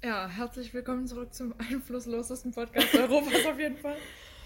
Ja, herzlich willkommen zurück zum einflusslosesten Podcast Europas auf jeden Fall.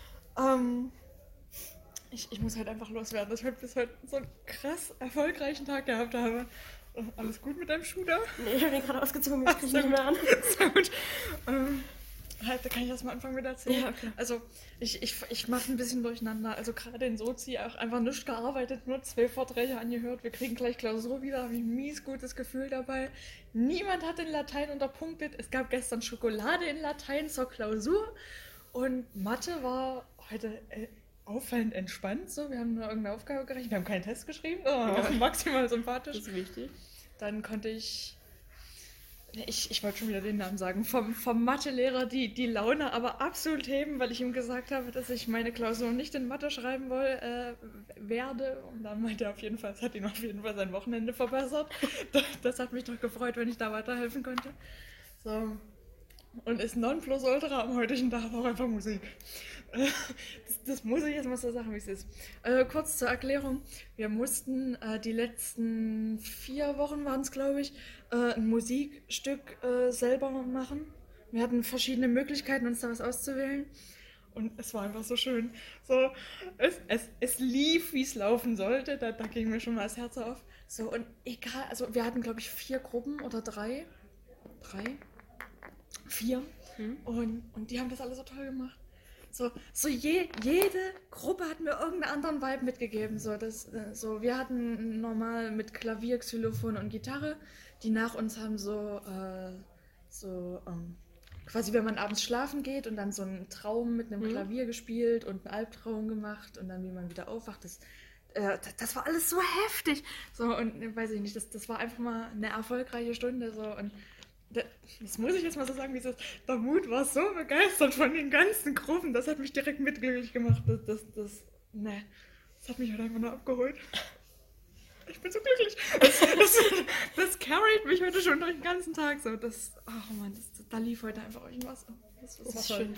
Ich muss halt einfach loswerden, dass ich bis heute so einen krass erfolgreichen Tag gehabt habe. Alles gut mit deinem Schuh da? Nee, ich habe ihn gerade ausgezogen, ich kriege ihn nicht mehr an. Sehr gut. Da kann ich erstmal anfangen mit erzählen. Ja, okay. Also, ich mache ein bisschen durcheinander. Also, gerade in Sozi auch einfach nicht gearbeitet, nur 2 Vorträge angehört. Wir kriegen gleich Klausur wieder, habe ich ein mies gutes Gefühl dabei. Niemand hat in Latein unterpunktet. Es gab gestern Schokolade in Latein zur Klausur. Und Mathe war heute auffallend entspannt. So, wir haben nur irgendeine Aufgabe gerechnet. Wir haben keinen Test geschrieben. Maximal sympathisch. Das ist wichtig. Dann konnte ich wollte schon wieder den Namen sagen, vom Mathelehrer die Laune aber absolut heben, weil ich ihm gesagt habe, dass ich meine Klausur nicht in Mathe schreiben werde. Und dann meinte er auf jeden Fall, es hat ihm auf jeden Fall sein Wochenende verbessert. Das hat mich doch gefreut, wenn ich da weiterhelfen konnte. So. Und das Nonplusultra am heutigen Tag war auch einfach Musik. Das muss ich jetzt mal so sagen, wie es ist. Kurz zur Erklärung. Wir mussten die letzten 4 Wochen waren es, glaube ich, ein Musikstück selber machen. Wir hatten verschiedene Möglichkeiten, uns da was auszuwählen. Und es war einfach so schön. So, es lief, wie es laufen sollte. Da ging mir schon mal das Herz auf. So, und egal, also wir hatten, glaube ich, 4 Gruppen oder 3. 4. Und die haben das alle so toll gemacht. Jede Gruppe hat mir irgendeinen anderen Vibe mitgegeben. Wir hatten normal mit Klavier, Xylophon und Gitarre. Die nach uns haben quasi, wenn man abends schlafen geht und dann so einen Traum mit einem Klavier gespielt und einen Albtraum gemacht und dann, wie man wieder aufwacht. Das war alles so heftig. So, und weiß ich nicht, das war einfach mal eine erfolgreiche Stunde. So, und das muss ich jetzt mal so sagen, wie es ist. Der Mut war so begeistert von den ganzen Gruppen, das hat mich direkt mitglücklich gemacht. Das hat mich halt einfach nur abgeholt. Ich bin so glücklich. Das carried mich heute schon durch den ganzen Tag. So, da lief heute einfach irgendwas. Das war schön.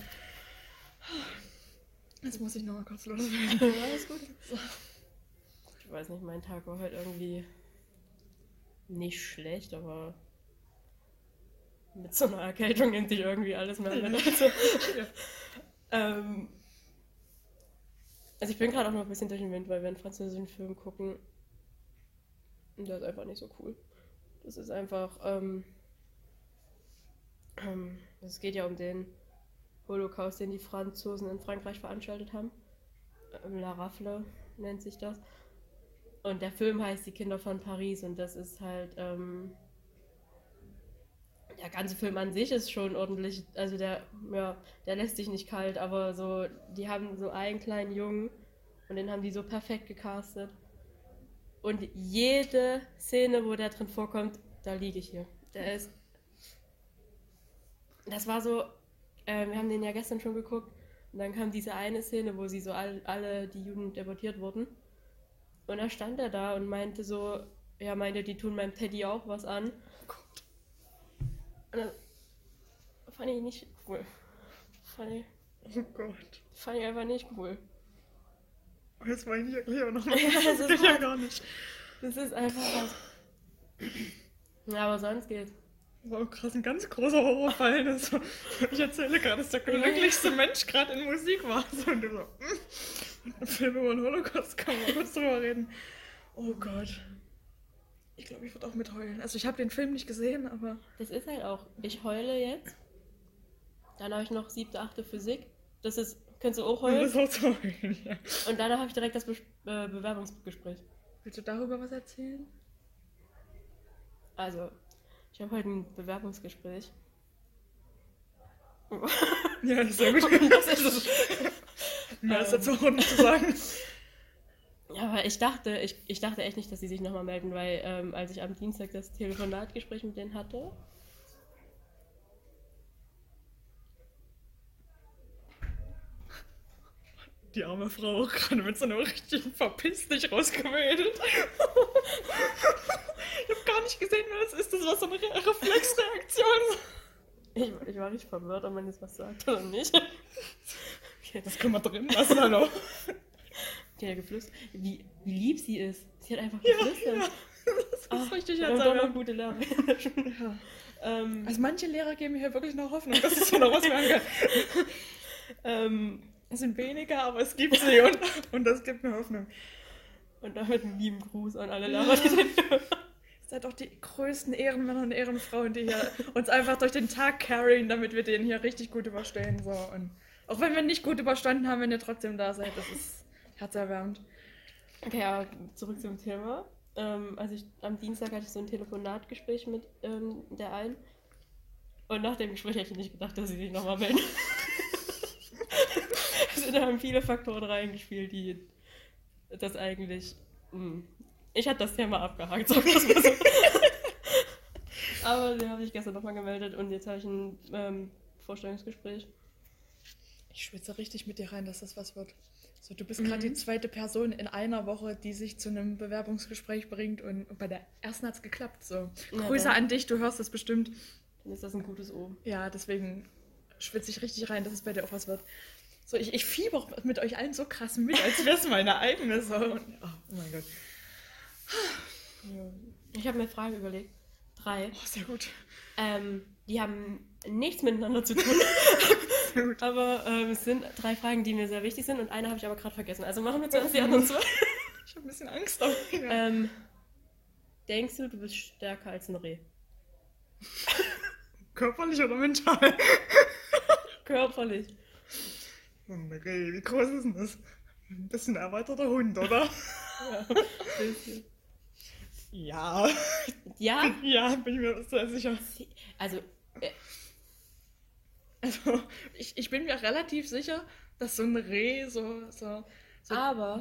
Jetzt muss ich nochmal kurz loswerden. Alles gut. So. Ich weiß nicht, mein Tag war heute irgendwie nicht schlecht, aber mit so einer Erkältung nimmt sich irgendwie alles mehr mit. Also ich bin gerade auch noch ein bisschen durch den Wind, weil wir einen französischen Film gucken. Und der ist einfach nicht so cool. Das ist einfach, es geht ja um den Holocaust, den die Franzosen in Frankreich veranstaltet haben. La Rafle nennt sich das. Und der Film heißt Die Kinder von Paris und das ist halt, der ganze Film an sich ist schon ordentlich, also der lässt sich nicht kalt, aber so, die haben so einen kleinen Jungen und den haben die so perfekt gecastet. Und jede Szene, wo der drin vorkommt, da liege ich hier. Das war so, wir haben den ja gestern schon geguckt und dann kam diese eine Szene, wo sie so alle die Juden deportiert wurden. Und da stand er da und meinte, die tun meinem Teddy auch was an. Und das fand ich nicht cool. Fand ich einfach nicht cool. Jetzt war ich nicht erklären nochmal. Das ist ja gar nicht. Das ist einfach was. Ja, aber sonst geht's. Das war auch krass, ein ganz großer Horrorfall. Ich erzähle gerade, dass der glücklichste Mensch gerade in Musik war. So, und du so, ein Film über den Holocaust, kann man kurz drüber reden. Oh Gott. Ich glaube, ich würde auch mitheulen. Also ich habe den Film nicht gesehen, aber... Das ist halt auch, ich heule jetzt. Dann habe ich noch 7., 8. Physik. Könntest du auch heulen? Das ist auch zu heulen, ja. Und danach habe ich direkt das Bewerbungsgespräch. Willst du darüber was erzählen? Also, ich habe heute ein Bewerbungsgespräch. Ja, sehr gut. Das ist es. Mehr ist dazu auch nicht zu sagen. Ja, aber ich dachte echt nicht, dass sie sich nochmal melden, weil als ich am Dienstag das Telefonatgespräch mit denen hatte, die arme Frau auch gerade mit so einem richtigen Verpiss dich rausgewedelt. Ich habe gar nicht gesehen, wer das ist. Das war so eine Reflexreaktion. Ich war richtig verwirrt, ob man jetzt was sagt oder nicht. Okay, das können wir drin lassen, hallo. Die hat geflüstert. Wie lieb sie ist. Sie hat einfach geflüstert. Ja, das ist richtig und dann noch gute Lehrerin. Also manche Lehrer geben mir hier wirklich noch Hoffnung, dass es so noch was werden kann. Es sind weniger, aber es gibt sie und das gibt mir Hoffnung. Und damit einen lieben Gruß an alle Lehrer, die den hören. Ihr seid doch die größten Ehrenmänner und Ehrenfrauen, die hier uns einfach durch den Tag carryen, damit wir den hier richtig gut überstehen. So. Und auch wenn wir nicht gut überstanden haben, wenn ihr trotzdem da seid, das ist herzerwärmend. Okay, ja, zurück zum Thema. Am Dienstag hatte ich so ein Telefonatgespräch mit der einen. Und nach dem Gespräch hätte ich nicht gedacht, dass sie sich nochmal melden. Also da haben viele Faktoren reingespielt, die das eigentlich... Ich hatte das Thema abgehakt, sagen wir es mal so. Aber sie haben sich gestern nochmal gemeldet und jetzt habe ich ein Vorstellungsgespräch. Ich schwitze richtig mit dir rein, dass das was wird. So, du bist gerade die zweite Person in einer Woche, die sich zu einem Bewerbungsgespräch bringt und bei der ersten hat es geklappt. So. Grüße an dich, du hörst das bestimmt. Dann ist das ein gutes O. Ja, deswegen schwitze ich richtig rein, dass es bei dir auch was wird. So, ich fieber auch mit euch allen so krass mit, als wäre es meine eigene. So. Und, oh mein Gott. Ich habe mir Fragen überlegt. 3. Oh, sehr gut. Die haben nichts miteinander zu tun. Aber es sind 3 Fragen, die mir sehr wichtig sind und eine habe ich aber gerade vergessen. Also machen wir zuerst die anderen 2. Ich habe ein bisschen Angst. Aber, ja. Denkst du bist stärker als ein Reh? Körperlich oder mental? Körperlich. Ein Reh, wie groß ist denn das? Ein bisschen erweiterter Hund, oder? Ja, ein bisschen. Ja. Ja? Ja, bin ich mir sehr sicher. Also ich bin mir relativ sicher, dass so ein Reh so aber,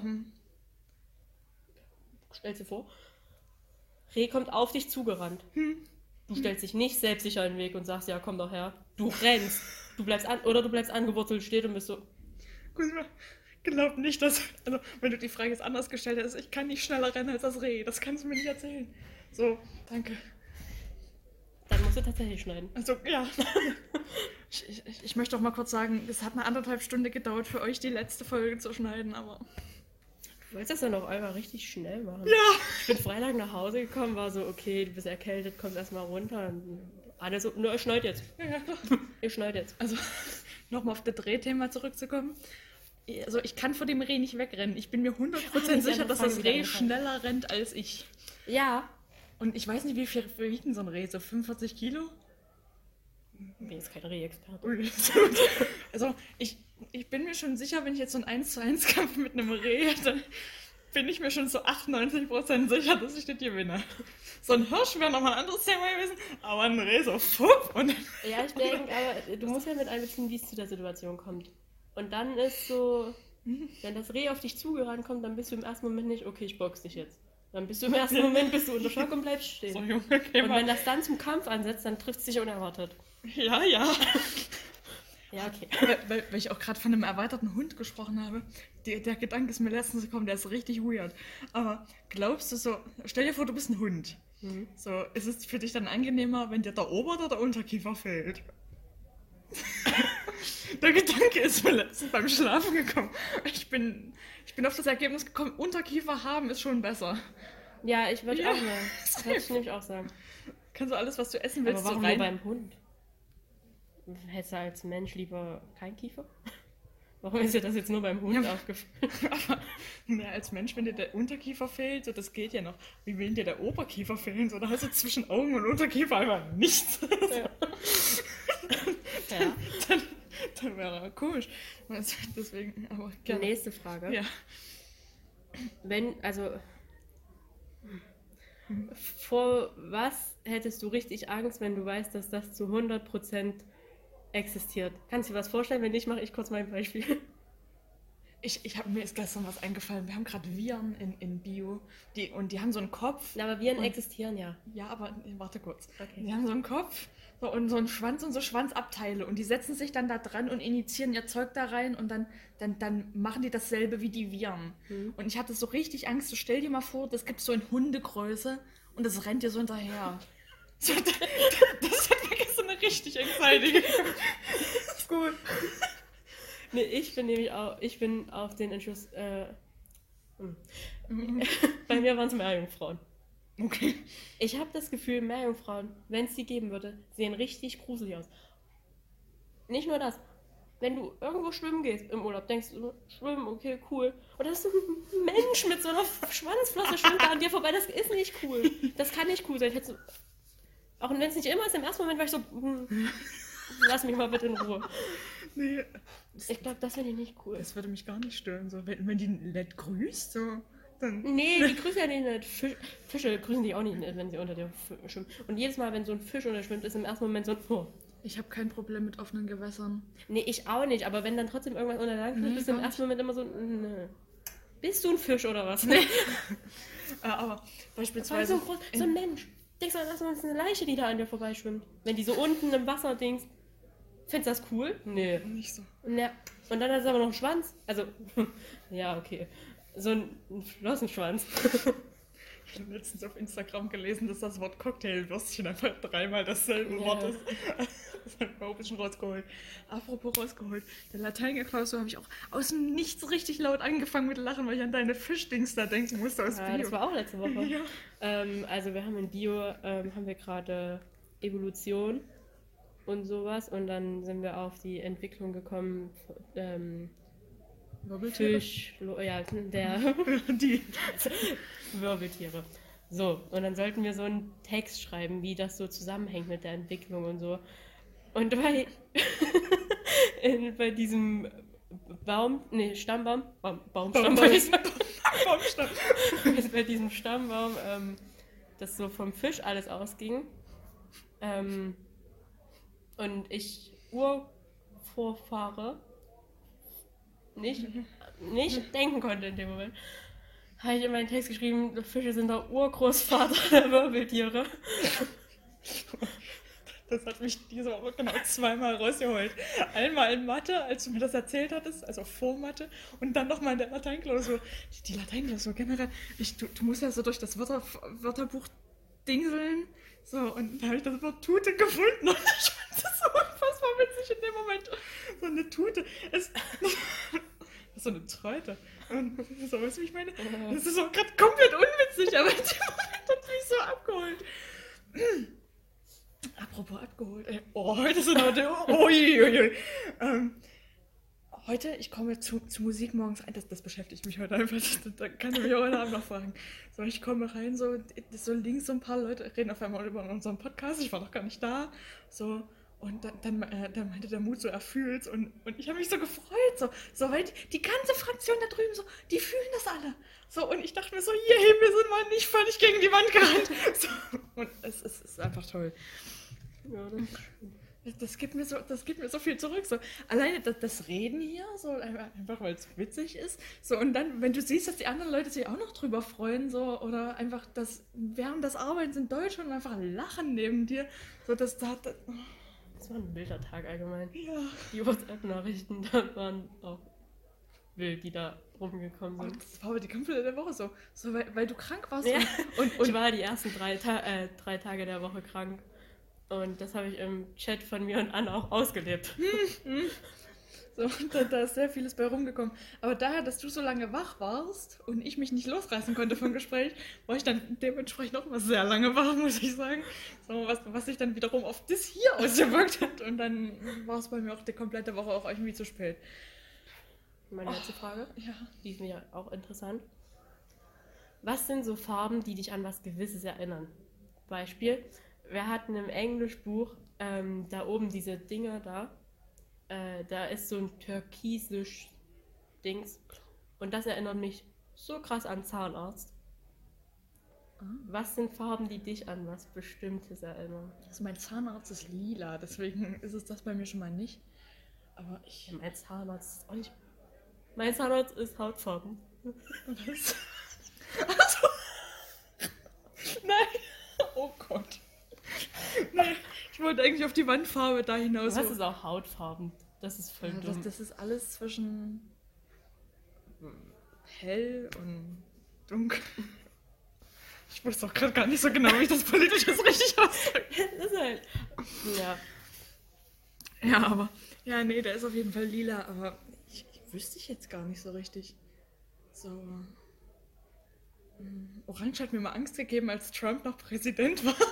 stell dir vor, Reh kommt auf dich zugerannt. Du stellst dich nicht selbstsicher in den Weg und sagst, ja, komm doch her. Du rennst. Du bleibst angewurzelt stehen und bist so... Guck mal, glaub nicht, dass... Also, wenn du die Frage jetzt anders gestellt hättest, ich kann nicht schneller rennen als das Reh. Das kannst du mir nicht erzählen. So, danke. Dann musst du tatsächlich schneiden. Also, ja. Ich möchte auch mal kurz sagen, es hat 1,5 Stunden gedauert für euch, die letzte Folge zu schneiden, aber... Du wolltest das dann auch einmal richtig schnell machen. Ja! Ich bin Freitag nach Hause gekommen, war so, okay, du bist erkältet, komm erstmal runter. Und alle so, nur, ich schneid jetzt. Ja, klar. Ich schneid jetzt. Also, nochmal auf das Drehthema zurückzukommen. Also, ich kann vor dem Reh nicht wegrennen. Ich bin mir 100% sicher, dass das Reh schneller rennt als ich. Ja. Und ich weiß nicht, wie viel wiegt denn so ein Reh? So 45 Kilo? Ich bin jetzt kein Reh-Experte. Also, ich bin mir schon sicher, wenn ich jetzt so einen 1:1-Kampf mit einem Reh hätte, bin ich mir schon zu 98% sicher, dass ich das gewinne. So ein Hirsch wäre nochmal ein anderes Thema gewesen, aber ein Reh so fupp und... Ja, ich denke, aber du musst ja mit einbeziehen, wie es zu der Situation kommt. Und dann ist so, wenn das Reh auf dich zugerannt kommt, dann bist du im ersten Moment nicht, okay, ich box dich jetzt. Dann bist du im ersten Moment unter Schock und bleibst stehen. So, Junge, okay, und wenn das dann zum Kampf ansetzt, dann trifft es dich unerwartet. Ja. Ja, okay. Weil ich auch gerade von einem erweiterten Hund gesprochen habe. Der Gedanke ist mir letztens gekommen, der ist richtig weird. Aber glaubst du so, stell dir vor, du bist ein Hund. So, ist es für dich dann angenehmer, wenn dir der Ober- oder der Unterkiefer fehlt? Der Gedanke ist mir letztens beim Schlafen gekommen. Ich bin auf das Ergebnis gekommen, Unterkiefer haben ist schon besser. Ja, ich würde auch mal. Das würde ich nämlich auch sagen. Kannst du alles, was du essen willst, aber warum so rein... nur beim Hund? Hättest du als Mensch lieber keinen Kiefer? Warum ist dir das jetzt nur beim Hund aufgefallen? Aber mehr als Mensch, wenn dir der Unterkiefer fehlt, so, das geht ja noch. Wie will dir der Oberkiefer fehlen? So, da hast du zwischen Augen und Unterkiefer einfach nichts. Ja. Dann wäre er komisch. Deswegen, aber gerne. Nächste Frage. Ja. Vor was hättest du richtig Angst, wenn du weißt, dass das zu 100% existiert? Kannst du dir was vorstellen? Wenn nicht, mache ich kurz mein Beispiel. Mir ist gestern was eingefallen. Wir haben gerade Viren in Bio. Die haben so einen Kopf. Aber Viren existieren ja. Ja, aber warte kurz. Okay. Die haben so einen Kopf und so einen Schwanz und so Schwanzabteile. Und die setzen sich dann da dran und injizieren ihr Zeug da rein. Und dann machen die dasselbe wie die Viren. Und ich hatte so richtig Angst. So, stell dir mal vor, das gibt so in Hundegröße und das rennt dir so hinterher. So, das hat mir gestern eine richtig Anxiety. Ist gut. Nee, ich bin auf den Entschluss, bei mir waren es Meerjungfrauen. Okay. Ich habe das Gefühl, Meerjungfrauen, wenn es die geben würde, sehen richtig gruselig aus. Nicht nur das. Wenn du irgendwo schwimmen gehst im Urlaub, denkst du, schwimmen, okay, cool. Und dann ist so ein Mensch mit so einer Schwanzflosse schwimmt da an dir vorbei. Das ist nicht cool. Das kann nicht cool sein. Auch wenn es nicht immer ist, im ersten Moment war ich so, lass mich mal bitte in Ruhe. Nee. Ich glaube, das finde ich nicht cool. Das würde mich gar nicht stören. So, wenn die nett grüßt, so, dann. Nee, die grüßen ja nicht. Fische grüßen die auch nicht, wenn sie unter dir schwimmen. Und jedes Mal, wenn so ein Fisch unter schwimmt, ist im ersten Moment so ein, oh. Ich habe kein Problem mit offenen Gewässern. Nee, ich auch nicht. Aber wenn dann trotzdem irgendwas unter lang schwimmt, bist du im ersten Moment immer so, nö. Bist du ein Fisch oder was? Nee. Aber beispielsweise. So ein Mensch. Denkst du, das ist eine Leiche, die da an dir vorbeischwimmt. Wenn die so unten im Wasser dings. Findest du das cool? Nee. Nicht so. Ja. Und dann hat es aber noch einen Schwanz. Also, ja, okay. So ein Flossenschwanz. Ich habe letztens auf Instagram gelesen, dass das Wort Cocktailwürstchen einfach 3-mal dasselbe Wort ist. Das habe ich mir auch ein bisschen rausgeholt. Apropos rausgeholt. Der Lateinklausur habe ich auch aus dem Nichts richtig laut angefangen mit Lachen, weil ich an deine Fischdings da denken musste aus Bio. Das war auch letzte Woche. Ja. Also wir haben in Bio haben wir gerade Evolution und sowas und dann sind wir auf die Entwicklung gekommen, Fisch, Die Wirbeltiere. So, und dann sollten wir so einen Text schreiben, wie das so zusammenhängt mit der Entwicklung und so. Und bei diesem Stammbaum, Baumstamm, Baumstamm. bei diesem Stammbaum, das so vom Fisch alles ausging. Und ich Urvorfahre nicht denken konnte in dem Moment, habe ich in meinen Text geschrieben, Fische sind der Urgroßvater der Wirbeltiere. Das hat mich diese Woche genau 2-mal rausgeholt. Einmal in Mathe, als du mir das erzählt hattest, also vor Mathe, und dann nochmal in der Lateinklausur. Die Lateinklausur generell, du musst ja so durch das Wörterbuch dingseln. So, und da habe ich das Wort Tute gefunden und ich fand das so unfassbar witzig in dem Moment. So eine Tute. Das ist so eine Treute. Und so, weißt du, wie ich meine? Das ist so gerade komplett unwitzig, aber in dem Moment hat es mich so abgeholt. Apropos abgeholt. Heute sind heute. Heute, ich komme zu Musik morgens rein. Das beschäftigt mich heute einfach. Da kann ich mich auch heute Abend noch fragen. So, ich komme rein, so links so ein paar Leute reden auf einmal über unseren Podcast. Ich war noch gar nicht da. So. Und dann meinte der Mut so, er fühlt's. Und ich habe mich so gefreut, so weil die ganze Fraktion da drüben, so, die fühlen das alle. So, und ich dachte mir so, yay, wir sind mal nicht völlig gegen die Wand gerannt. So, und es ist einfach toll. Ja, das ist schön. Das gibt mir so viel zurück. So, alleine das Reden hier, so einfach weil es witzig ist. So, und dann, wenn du siehst, dass die anderen Leute sich auch noch drüber freuen, so, oder einfach während des Arbeitens in Deutschland einfach lachen neben dir. So, das war ein wilder Tag allgemein. Ja. Die WhatsApp-Nachrichten, da waren auch wild, die da rumgekommen sind. Das war aber die komplette Woche so weil du krank warst. Ja. Und ich war die ersten 3 Tage der Woche krank. Und das habe ich im Chat von mir und Anna auch ausgelebt. So, da ist sehr vieles bei rumgekommen. Aber daher, dass du so lange wach warst und ich mich nicht losreißen konnte vom Gespräch, war ich dann dementsprechend noch mal sehr lange wach, muss ich sagen. So, was sich dann wiederum auf das hier ausgewirkt hat. Und dann war es bei mir auch die komplette Woche auch irgendwie zu spät. Meine letzte Frage, Ja. die ist mir auch interessant. Was sind so Farben, die dich an was Gewisses erinnern? Beispiel, wir hatten im Englischbuch da oben diese Dinger da ist so ein türkisisch Dings und das erinnert mich so krass an Zahnarzt. Was sind Farben, die dich an was Bestimmtes erinnern? Also mein Zahnarzt ist lila, deswegen ist es das bei mir schon mal nicht. Aber Mein Zahnarzt ist auch nicht... Mein Zahnarzt ist hautfarben. Was? Also, nein! Oh Gott. Nein, ich wollte eigentlich auf die Wandfarbe da hinaus. Das ist auch hautfarben. Das ist voll dumm. Das ist alles zwischen hell und dunkel. Ich wusste auch gerade gar nicht so genau, wie ich das politisch jetzt richtig aussage. Das ist halt... Ja. Ja, aber... Ja, nee, der ist auf jeden Fall lila, aber ich wüsste ich jetzt gar nicht so richtig. So... Orange hat mir mal Angst gegeben, als Trump noch Präsident war.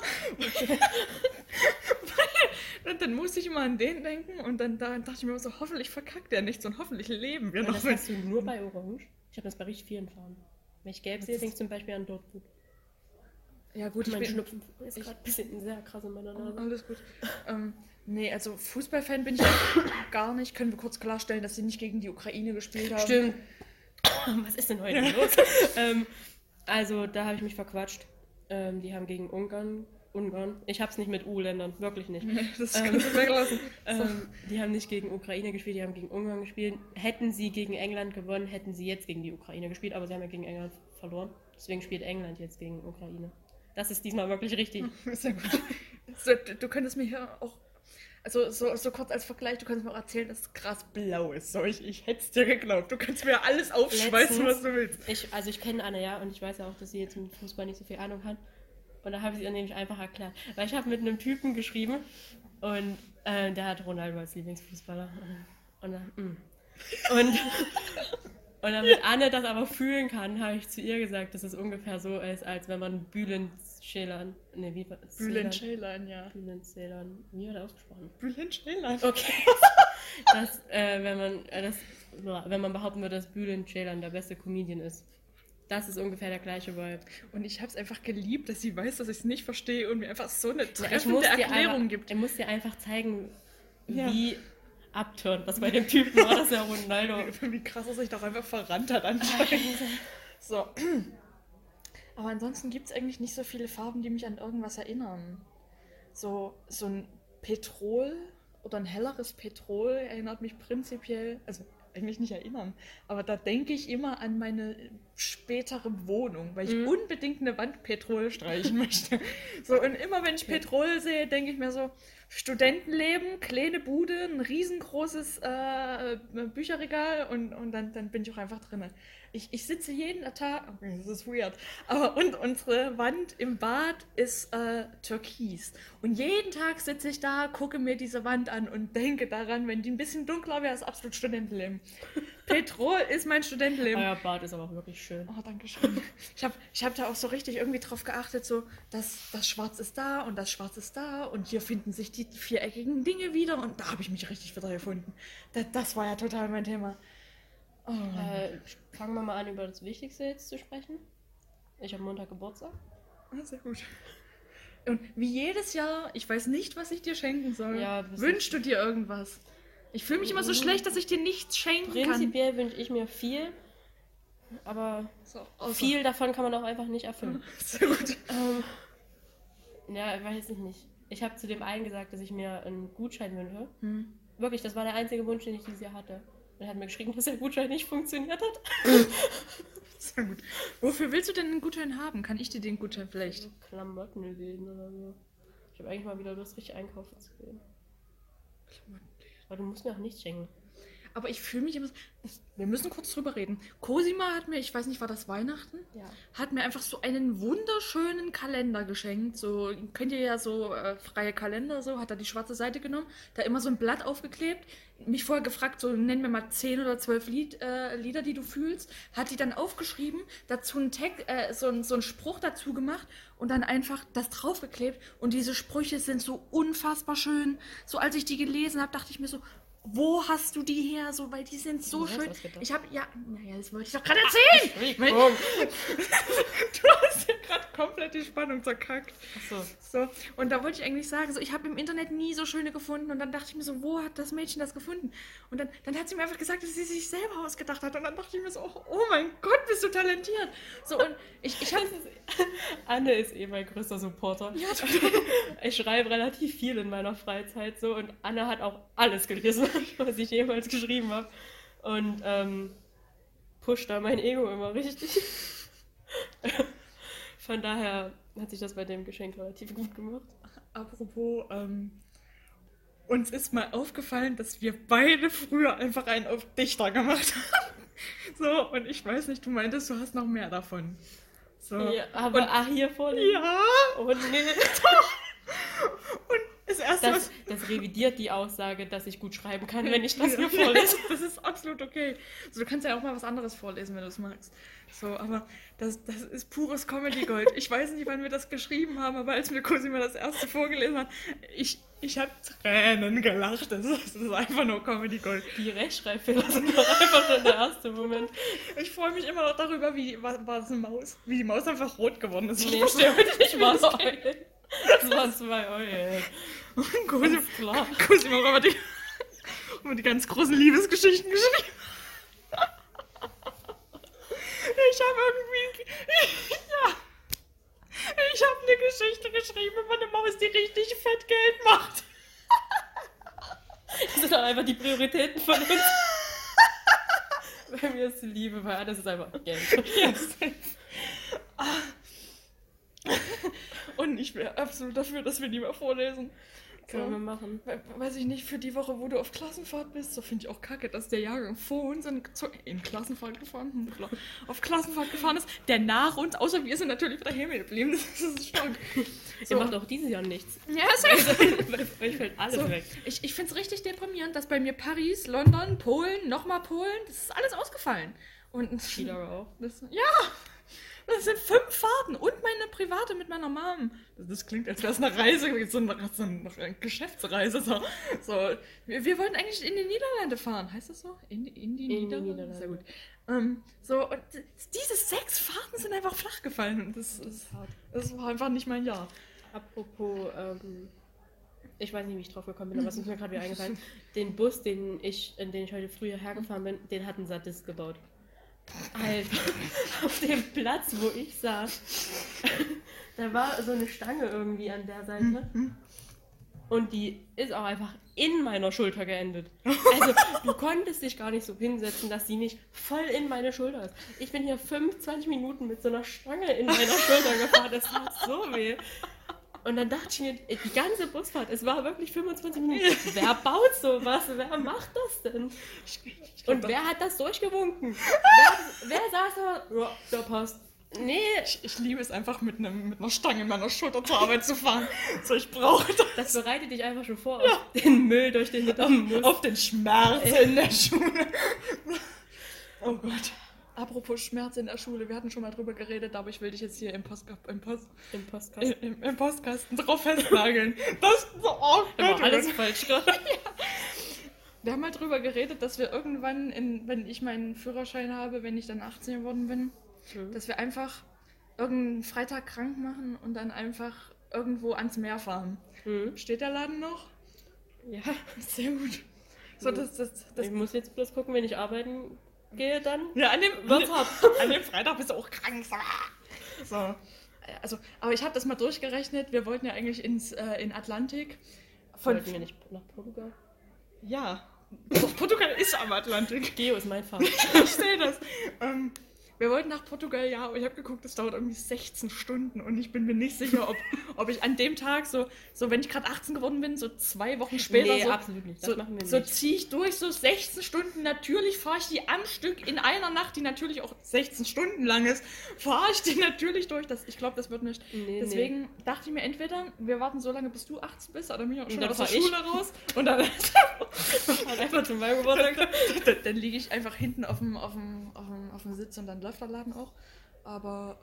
Und dann musste ich immer an den denken und dann dachte ich mir so, hoffentlich verkackt er nichts und hoffentlich leben wir Und noch. das hast du nur bei Orange? Ich habe das bei richtig vielen Farben. Wenn ich gelb sehe, denke ich zum Beispiel an Dortmund. Ja gut, Mein Schnupfen ist gerade ein bisschen sehr krass in meiner Nase. Alles gut. Nee, also Fußballfan bin ich gar nicht. Können wir kurz klarstellen, dass sie nicht gegen die Ukraine gespielt haben. Stimmt. Was ist denn heute los? Also, da habe ich mich verquatscht. Die haben gegen Ungarn. Ich habe es nicht mit U-Ländern, wirklich nicht. Nee, das kannst du weglassen. Die haben nicht gegen Ukraine gespielt, die haben gegen Ungarn gespielt. Hätten sie gegen England gewonnen, hätten sie jetzt gegen die Ukraine gespielt, aber sie haben ja gegen England verloren. Deswegen spielt England jetzt gegen Ukraine. Das ist diesmal wirklich richtig. Sehr gut. So, du könntest mir hier auch, also so kurz als Vergleich, du könntest mir auch erzählen, dass es krass blau ist. So, ich hätte es dir geglaubt. Du kannst mir alles aufschmeißen, was du willst. Ich kenne Anne, ja, und ich weiß ja auch, dass sie jetzt mit Fußball nicht so viel Ahnung hat. Und da habe ich es ihr nämlich einfach erklärt. Weil ich habe mit einem Typen geschrieben und der hat Ronaldo als Lieblingsfußballer. Und damit Anne das aber fühlen kann, habe ich zu ihr gesagt, dass es ungefähr so ist, als wenn man Bülent-Ceylan. Ne, wie war das? Bülent-Ceylan, ja. Bülent-Ceylan. Wie hat er ausgesprochen? Bülent-Ceylan. Okay. Wenn man behaupten würde, dass Bülent-Ceylan der beste Comedian ist. Das ist ungefähr der gleiche Vibe. Und ich habe es einfach geliebt, dass sie weiß, dass ich es nicht verstehe und mir einfach so eine treffende Erklärung gibt. Ich muss dir einfach zeigen, wie abturnt das bei dem Typen war, dass er Ronaldo... Wie krass er sich doch einfach verrannt hat anscheinend. So. Aber ansonsten gibt es eigentlich nicht so viele Farben, die mich an irgendwas erinnern. So ein Petrol oder ein helleres Petrol erinnert mich prinzipiell, also eigentlich nicht erinnern, aber da denke ich immer an meine spätere Wohnung, weil ich unbedingt eine Wand Petrol streichen möchte. So, und immer wenn ich Petrol sehe, denke ich mir so, Studentenleben, kleine Bude, ein riesengroßes Bücherregal und dann bin ich auch einfach drin. Ich sitze jeden Tag, okay, das ist weird, und unsere Wand im Bad ist türkis. Und jeden Tag sitze ich da, gucke mir diese Wand an und denke daran, wenn die ein bisschen dunkler wäre, ist absolut Studentenleben. Petrol ist mein Studentenleben. Euer Bad ist aber auch wirklich schön. Oh, danke schön. Ich hab da auch so richtig irgendwie drauf geachtet, so, das Schwarz ist da und das Schwarz ist da und hier finden sich die viereckigen Dinge wieder und da habe ich mich richtig wieder gefunden. Das war ja total mein Thema. Oh. Fangen wir mal an, über das Wichtigste jetzt zu sprechen. Ich habe Montag Geburtstag. Sehr gut. Und wie jedes Jahr, ich weiß nicht, was ich dir schenken soll. Ja, wünschst du dir irgendwas? Ich fühle mich immer so schlecht, dass ich dir nichts schenken kann. Prinzipiell wünsche ich mir viel, aber viel davon kann man auch einfach nicht erfüllen. Sehr gut. Ja, weiß ich nicht. Ich habe zu dem einen gesagt, dass ich mir einen Gutschein wünsche. Wirklich, das war der einzige Wunsch, den ich dieses Jahr hatte. Und er hat mir geschrieben, dass der Gutschein nicht funktioniert hat. Sehr gut. Wofür willst du denn einen Gutschein haben? Kann ich dir den Gutschein vielleicht? Klamottenläden oder so. Ich habe eigentlich mal wieder Lust, richtig einkaufen zu gehen. Aber du musst mir auch nichts schenken. Aber ich fühle mich immer so... Wir müssen kurz drüber reden. Cosima hat mir, ich weiß nicht, war das Weihnachten? Ja. Hat mir einfach so einen wunderschönen Kalender geschenkt. So, kennt ihr ja so freie Kalender, so, hat er die schwarze Seite genommen, da immer so ein Blatt aufgeklebt, mich vorher gefragt, so, nenn mir mal 10 oder 12 Lieder, die du fühlst, hat die dann aufgeschrieben, dazu einen Text, so einen Spruch dazu gemacht und dann einfach das draufgeklebt und diese Sprüche sind so unfassbar schön. So, als ich die gelesen habe, dachte ich mir so, wo hast du die her? So, weil die sind so schön. Ich habe, das wollte ich doch gerade erzählen. Du hast ja gerade komplett die Spannung zerkackt. Ach so. Und da wollte ich eigentlich sagen, so, ich habe im Internet nie so schöne gefunden. Und dann dachte ich mir so, wo hat das Mädchen das gefunden? Und dann hat sie mir einfach gesagt, dass sie sich selber ausgedacht hat. Und dann dachte ich mir so, oh mein Gott, bist du talentiert. So, und ich habe... Anne ist mein größter Supporter. Ja, ich schreibe relativ viel in meiner Freizeit so und Anne hat auch alles gelesen, was ich jemals geschrieben habe. Und pusht da mein Ego immer richtig. Von daher hat sich das bei dem Geschenk relativ gut gemacht. Apropos, uns ist mal aufgefallen, dass wir beide früher einfach einen auf Dichter gemacht haben. So, und ich weiß nicht, du meintest, du hast noch mehr davon. So. Ja, aber hier vorne. Ja. Oh nee. Und es Erste, das revidiert die Aussage, dass ich gut schreiben kann, wenn ich das hier vorlese. Das ist absolut okay. Also, du kannst ja auch mal was anderes vorlesen, wenn du es magst. So, aber das ist pures Comedy-Gold. Ich weiß nicht, wann wir das geschrieben haben, aber als mir Cosima das erste vorgelesen hat, ich habe Tränen gelacht. Das ist einfach nur Comedy-Gold. Die Rechtschreibfehler sind doch einfach schon der erste Moment. Ich freue mich immer noch darüber, war das eine Maus? Wie die Maus einfach rot geworden ist. Ich Nee, verstehe heute nicht, war was es Eulen. Das waren 2 Eulen. Und Ganz klar. Cosima hat immer die ganz großen Liebesgeschichten geschrieben. Ich habe irgendwie... Ja. Ich habe eine Geschichte geschrieben über eine Maus, die richtig fett Geld macht. Das sind doch einfach die Prioritäten von uns. Bei mir ist die Liebe, bei alles ist einfach Geld. Yes. Und ich wäre absolut dafür, dass wir die mal vorlesen. Können wir machen. Weiß ich nicht, für die Woche, wo du auf Klassenfahrt bist, so finde ich auch kacke, dass der Jahrgang vor uns in Klassenfahrt gefahren, auf Klassenfahrt gefahren ist, der nach uns, außer wir sind natürlich wieder hier geblieben. Das ist stark. Ihr macht auch dieses Jahr nichts. Ja, safe. Bei euch fällt alles weg. Ich finde es richtig deprimierend, dass bei mir Paris, London, Polen, nochmal Polen, das ist alles ausgefallen. Und Chile auch. Das sind 5 Fahrten und meine private mit meiner Mom. Das klingt, als wäre es eine Reise, so eine Geschäftsreise. So. Wir wollten eigentlich in die Niederlande fahren. Heißt das so? In die Niederlande? Sehr gut. Und diese 6 Fahrten sind einfach flach gefallen. Und das war einfach nicht mein Jahr. Apropos, ich weiß nicht, wie ich drauf gekommen bin, aber es ist mir gerade wieder eingefallen. Den Bus, in den ich heute früher hergefahren bin, den hat ein Sadist gebaut. Alter, auf dem Platz, wo ich saß, da war so eine Stange irgendwie an der Seite und die ist auch einfach in meiner Schulter geendet. Also du konntest dich gar nicht so hinsetzen, dass sie nicht voll in meine Schulter ist. Ich bin hier 25 Minuten mit so einer Stange in meiner Schulter gefahren, das tat so weh. Und dann dachte ich mir, die ganze Busfahrt, es war wirklich 25 Minuten. Wer baut sowas? Wer macht das denn? Und wer hat das durchgewunken? Wer saß da? Ja, der passt. Nee. Ich liebe es einfach, mit einer Stange in meiner Schulter zur Arbeit zu fahren. So, ich brauche das. Das bereitet dich einfach schon vor auf den Müll, durch den du kommen musst. Auf den Schmerz in der Schule. Oh Gott. Apropos Schmerz in der Schule, wir hatten schon mal drüber geredet, aber ich will dich jetzt hier im Postkasten drauf festnageln. Oh Gott, alles falsch gerade. Wir haben mal drüber geredet, dass wir irgendwann, wenn ich meinen Führerschein habe, wenn ich dann 18 geworden bin, dass wir einfach irgendeinen Freitag krank machen und dann einfach irgendwo ans Meer fahren. Steht der Laden noch? Ja. Sehr gut. So, das ich muss jetzt bloß gucken, wenn ich arbeiten gehe dann. Ja, an dem Freitag bist du auch krank. So. Also, aber ich habe das mal durchgerechnet. Wir wollten ja eigentlich in Atlantik. Wollten wir nicht nach Portugal? Ja. Portugal ist am Atlantik. Geo ist mein Fahrt. Ich sehe das. Wir wollten nach Portugal, ja, aber ich habe geguckt, das dauert irgendwie 16 Stunden und ich bin mir nicht sicher, ob ich an dem Tag so wenn ich gerade 18 geworden bin, so 2 Wochen später nee, absolut nicht. Das machen wir nicht. So ziehe ich durch, so 16 Stunden, natürlich fahre ich die am Stück in einer Nacht, die natürlich auch 16 Stunden lang ist, fahre ich die natürlich durch. Ich glaube, das wird nicht. Deswegen dachte ich mir, entweder wir warten so lange, bis du 18 bist, oder mir auch schon aus der Schule raus und dann einfach zu meinem Geburtstag. Dann liege ich einfach hinten auf dem Sitz und dann läuft der Laden auch. Aber,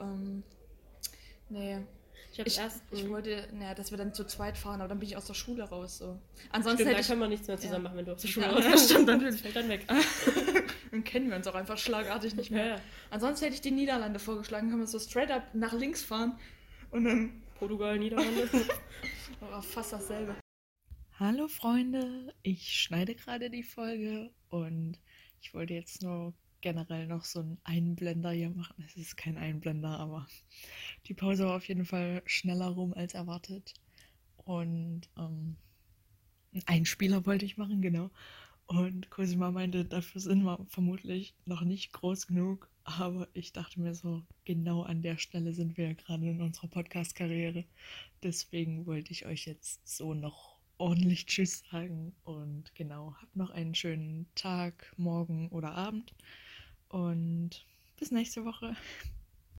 nee. Ich wollte, dass wir dann zu zweit fahren, aber dann bin ich aus der Schule raus. So. Ansonsten stimmt, da können wir nichts mehr zusammen machen, wenn du aus der Schule raus bist. Das stimmt natürlich. Fällt dann weg. Dann kennen wir uns auch einfach schlagartig nicht mehr. Ja. Ansonsten hätte ich die Niederlande vorgeschlagen, können wir so straight up nach links fahren und dann Portugal, Niederlande. Aber fast dasselbe. Hallo Freunde, ich schneide gerade die Folge und ich wollte jetzt nur generell noch so einen Einblender hier machen. Es ist kein Einblender, aber die Pause war auf jeden Fall schneller rum als erwartet. Und einen Einspieler wollte ich machen, genau. Und Cosima meinte, dafür sind wir vermutlich noch nicht groß genug. Aber ich dachte mir so, genau an der Stelle sind wir ja gerade in unserer Podcast-Karriere. Deswegen wollte ich euch jetzt so noch ordentlich Tschüss sagen. Und genau, habt noch einen schönen Tag, Morgen oder Abend. Und bis nächste Woche.